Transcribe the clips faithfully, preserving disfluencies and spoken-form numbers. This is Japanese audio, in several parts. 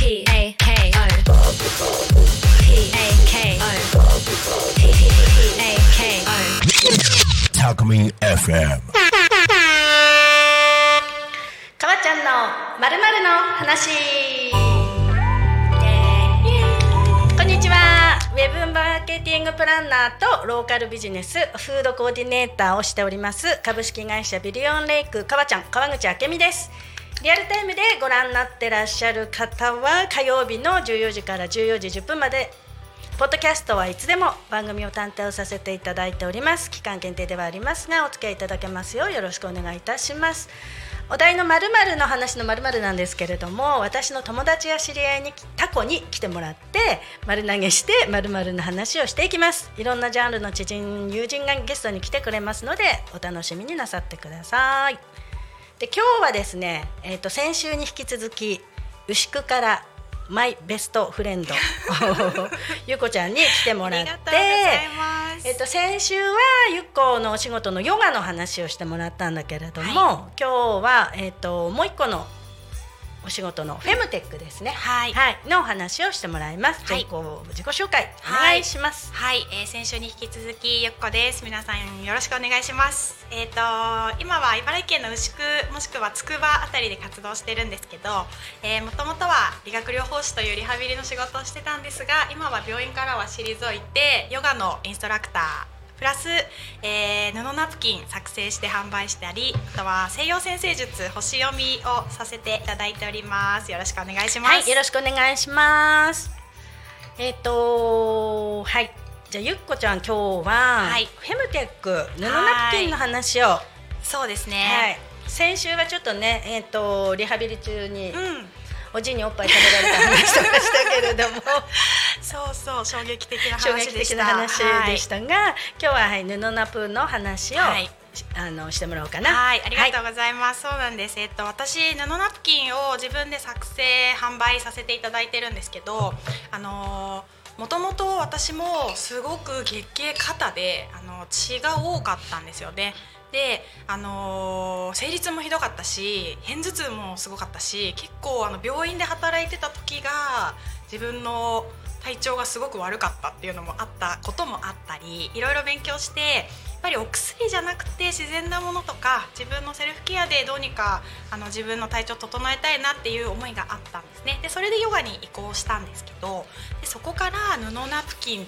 P A K O P A K O P A K O タコミ エフエム かわちゃんのまるまるの話。こんにちは。ウェブマーケティングプランナーとローカルビジネスフードコーディネーターをしております株式会社ビリオンレイクかわちゃん川口あけみです。リアルタイムでご覧になってらっしゃる方は火曜日のじゅうよじからじゅうよじじゅっぷんまで、ポッドキャストはいつでも番組を担当させていただいております。期間限定ではありますがお付き合いいただけますようよろしくお願いいたします。お題の〇〇の話の〇〇なんですけれども、私の友達や知り合いにタコに来てもらって丸投げして〇〇の話をしていきます。いろんなジャンルの知人友人がゲストに来てくれますのでお楽しみになさってください。で今日はですね、えーと、先週に引き続き牛久からマイベストフレンドゆっこちゃんに来てもらって、 ありがとうございます。 えっと、先週はゆっこのお仕事のヨガの話をしてもらったんだけれども、はい、今日は、えっと、もう一個のお仕事のフェムテックですね、 はいはい、のお話をしてもらいます。じゃあ、はい、自己紹介お願いします。 はい、はい、えー、先週に引き続きゆっこです。皆さんよろしくお願いします。えーと、今は茨城県の牛久もしくはつくばあたりで活動してるんですけど、えー、もともとは理学療法士というリハビリの仕事をしてたんですが、今は病院からは退いてヨガのインストラクタープラス、えー、布ナプキン作成して販売したり、あとは西洋占星術星読みをさせていただいております。よろしくお願いします。 はい、よろしくお願いします。えっとはい、じゃあゆっこちゃん今日は、はい、フェムテック布ナプキンの話を。 そうですね、 はい、先週はちょっとね、えー、とリハビリ中に、うん、おじいにおっぱい食べられた話とかしたけれどもそうそう衝撃的な話でした。衝撃的な話でしたが、はい、今日は、はい、布ナプの話を、はい、あのしてもらおうかな。 はい、ありがとうございます。はい、そうなんです。えっと私布ナプキンを自分で作成販売させていただいてるんですけど、あのー、もともと私もすごく月経過多であの血が多かったんですよね。で、あのー、生理痛もひどかったし片頭痛もすごかったし、結構あの病院で働いてた時が自分の体調がすごく悪かったっていうのもあったこともあったり、いろいろ勉強してやっぱりお薬じゃなくて自然なものとか自分のセルフケアでどうにかあの自分の体調を整えたいなっていう思いがあったんですね。でそれでヨガに移行したんですけど、でそこから布ナプキンって、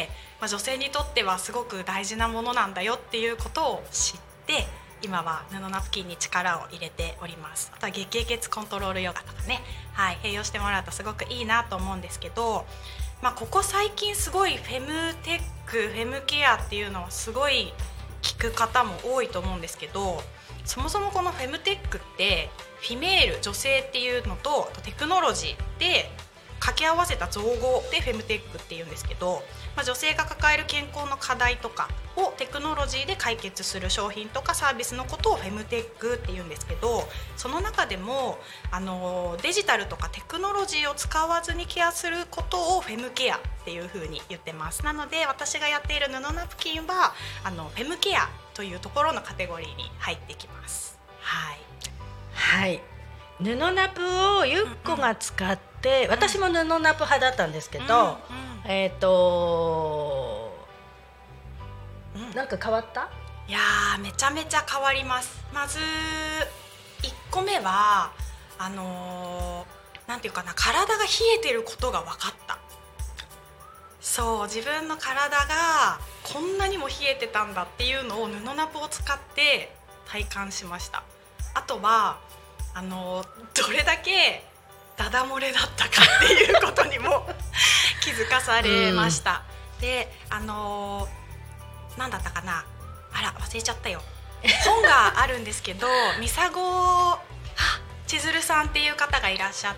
まあ、女性にとってはすごく大事なものなんだよっていうことを知ってで今は布ナプキンに力を入れております。あとは月経血コントロールヨガとかね、はい、併用してもらうとすごくいいなと思うんですけど、まあ、ここ最近すごいフェムテックフェムケアっていうのはすごい聞く方も多いと思うんですけど、そもそもこのフェムテックってフィメール女性っていうのとテクノロジーで掛け合わせた造語でフェムテックっていうんですけど、まあ、女性が抱える健康の課題とかをテクノロジーで解決する商品とかサービスのことをフェムテックっていうんですけど、その中でもあのデジタルとかテクノロジーを使わずにケアすることをフェムケアっていうふうに言ってます。なので私がやっている布ナプキンはあのフェムケアというところのカテゴリーに入ってきます。はい、 はい、布ナプをゆっこが使って、うんうん、私も布ナプ派だったんですけど、うんうん、えっ、ー、となんか変わった？ いやーめちゃめちゃ変わります。まずいっこめはあのー、なんていうかな、体が冷えてることが分かった。そう自分の体がこんなにも冷えてたんだっていうのを布ナプを使って体感しました。あとはあのー、どれだけダダ漏れだったかっていうことにも気づかされました。うん、であのー何だったかな、あら忘れちゃったよ本があるんですけどミサゴ千鶴さんっていう方がいらっしゃって、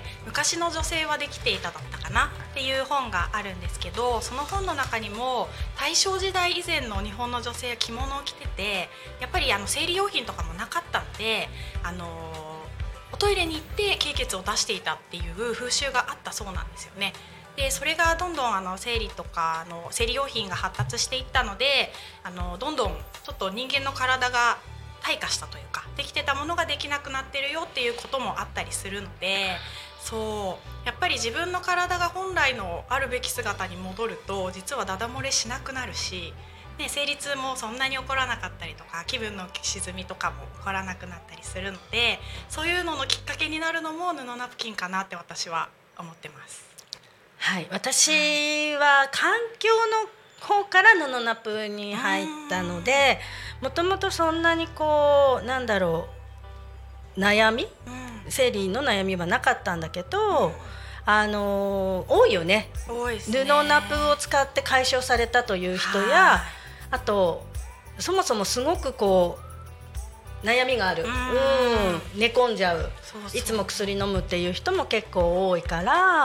昔の女性はできていただったかなっていう本があるんですけど、その本の中にも大正時代以前の日本の女性は着物を着てて、やっぱりあの生理用品とかもなかったので、あのー、おトイレに行って経血を出していたっていう風習があったそうなんですよね。でそれがどんどんあの生理とかの生理用品が発達していったので、あのどんどんちょっと人間の体が退化したというか、できてたものができなくなってるよっていうこともあったりするので、そうぱり自分の体が本来のあるべき姿に戻ると実はダダ漏れしなくなるし、ね、生理痛もそんなに起こらなかったりとか気分の沈みとかも起こらなくなったりするので、そういうののきっかけになるのも布ナプキンかなって私は思ってます。 はい、私は環境の方から布ナプに入ったので、もともとそんなにこうなんだろう悩み、うん、生理の悩みはなかったんだけど、うん、あの多いよね。 多いですね。 布ナプを使って解消されたという人や、あとそもそもすごくこう悩みがある、うん、寝込んじゃう、そうそう、いつも薬飲むっていう人も結構多いから、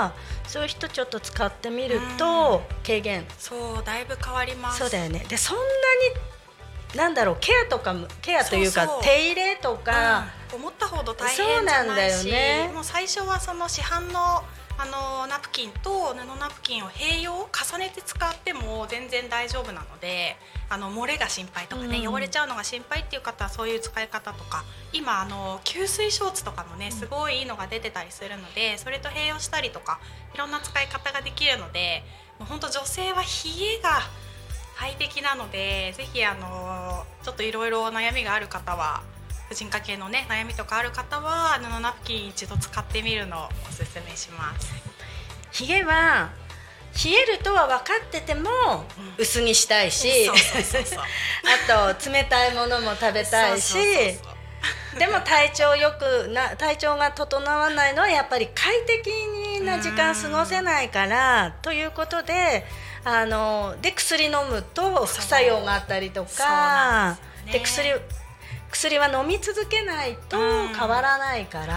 そういう人ちょっと使ってみると軽減、 そうだいぶ変わります。 そうだよね。でそんなになんだろうケアとかケアというかそうそう手入れとか、 うん、思ったほど大変じゃないし、そうなんだよね。もう最初はその市販のあのナプキンと布ナプキンを併用重ねて使っても全然大丈夫なので、あの漏れが心配とかね、うん、汚れちゃうのが心配っていう方はそういう使い方とか、今あの吸水ショーツとかもねすごいいいのが出てたりするので、それと併用したりとかいろんな使い方ができるので、もう本当女性は冷えが大敵なので、ぜひあのちょっといろいろ悩みがある方は、婦人科系のね悩みとかある方は布ナプキン一度使ってみるのをおすすめします。 ヒゲは冷えるとは分かってても薄着したいし、あと冷たいものも食べたいし、でも体調よくな体調が整わないのはやっぱり快適な時間過ごせないからということで、あので薬飲むと副作用があったりとかで、薬薬は飲み続けないと変わらないから、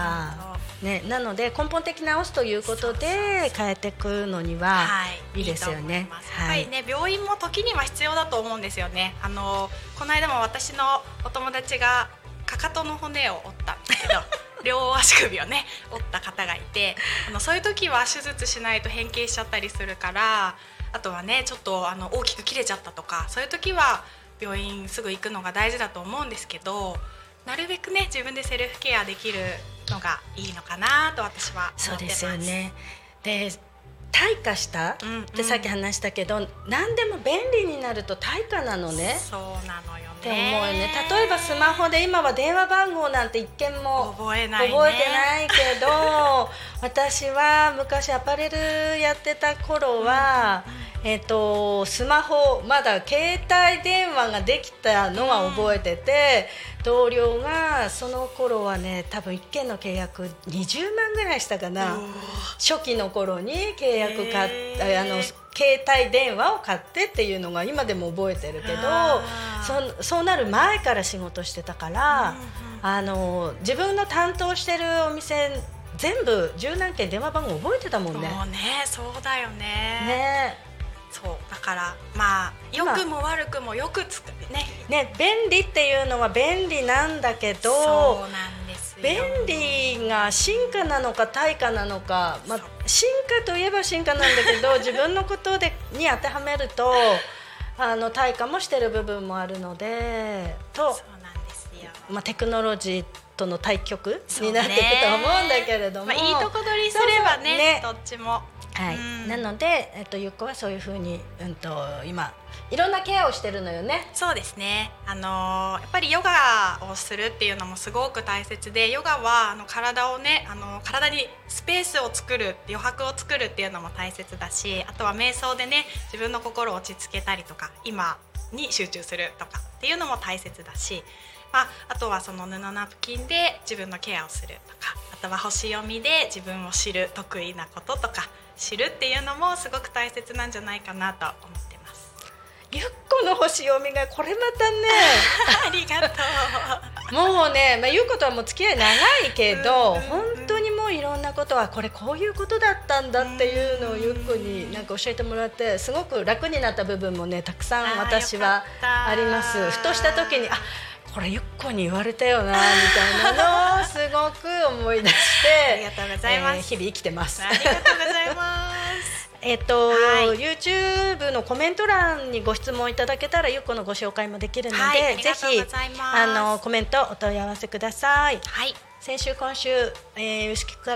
ね、なので根本的な直すということで変えていくのにはいいですよね。 はい、やっぱりね病院も時には必要だと思うんですよね。あのこの間も私のお友達がかかとの骨を折ったんですけど両足首をね折った方がいて、あのそういう時は手術しないと変形しちゃったりするから、あとはねちょっとあの大きく切れちゃったとか、そういう時は病院すぐ行くのが大事だと思うんですけど、なるべくね自分でセルフケアできるのがいいのかなと私は思ってます。 そうですよね。で退化したってさっき話したけど、うんうん、何でも便利になると退化なのね。 そうなのよねって思うよね。例えばスマホで今は電話番号なんて一件も覚えないね、 覚えてないけど私は昔アパレルやってた頃は、うんうんうん、えーと、スマホまだ携帯電話ができたのは覚えてて、うん、同僚がその頃はね多分いっけんの契約にじゅうまんぐらいしたかな、初期の頃に契約買っあの携帯電話を買ってっていうのが今でも覚えてるけど、そ, そうなる前から仕事してたから、うんうん、あの自分の担当してるお店全部十何件電話番号覚えてたもんね。 もうねそうだよね。 ねそうだからまあ良くも悪くもよくつくね。 ね便利っていうのは便利なんだけど、 そうなんですよ。 便利が進化なのか退化なのか、まあ、進化といえば進化なんだけど自分のことでに当てはめるとあの退化もしてる部分もあるのでと、 そうなんですよ、 まあ、テクノロジーとの対極になっていくと思うんだけれども、 まあ、いいとこ取りすれば ね, ねどっちもはい、うん、なので、えっと、ゆっこはそういうふうに、うんと、今いろんなケアをしてるのよね。 そうですね、あのー、やっぱりヨガをするっていうのもすごく大切で、ヨガはあの体をねあの体にスペースを作る余白を作るっていうのも大切だし、あとは瞑想でね自分の心を落ち着けたりとか今に集中するとかっていうのも大切だし、まあ、あとはその布ナプキンで自分のケアをするとか、あとは星読みで自分を知る得意なこととか知るっていうのもすごく大切なんじゃないかなと思ってます。 ゆっこの星読みがこれまたねありがとうもうね、まあ、ゆっことはもう付き合い長いけど、うんうんうん、本当にもういろんなことはこれこういうことだったんだっていうのをゆっこになんか教えてもらって、すごく楽になった部分もねたくさん私はあります。ふとした時にあこれゆっこに言われたよなみたいなのをすごく思い出してありがとうございます、 えー、日々生きてます。 ありがとうございますえっと、 はい、 YouTube のコメント欄にご質問いただけたらゆっこのご紹介もできるので、 はい、 ぜひあのコメントお問い合わせください。 はい、 先週今週、えー、牛久から来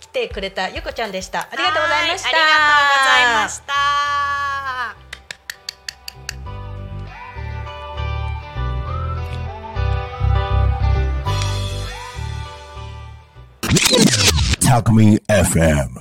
てくれたゆこちゃんでした。ありがとうございました。 ありがとうございました。 タクミ エフエム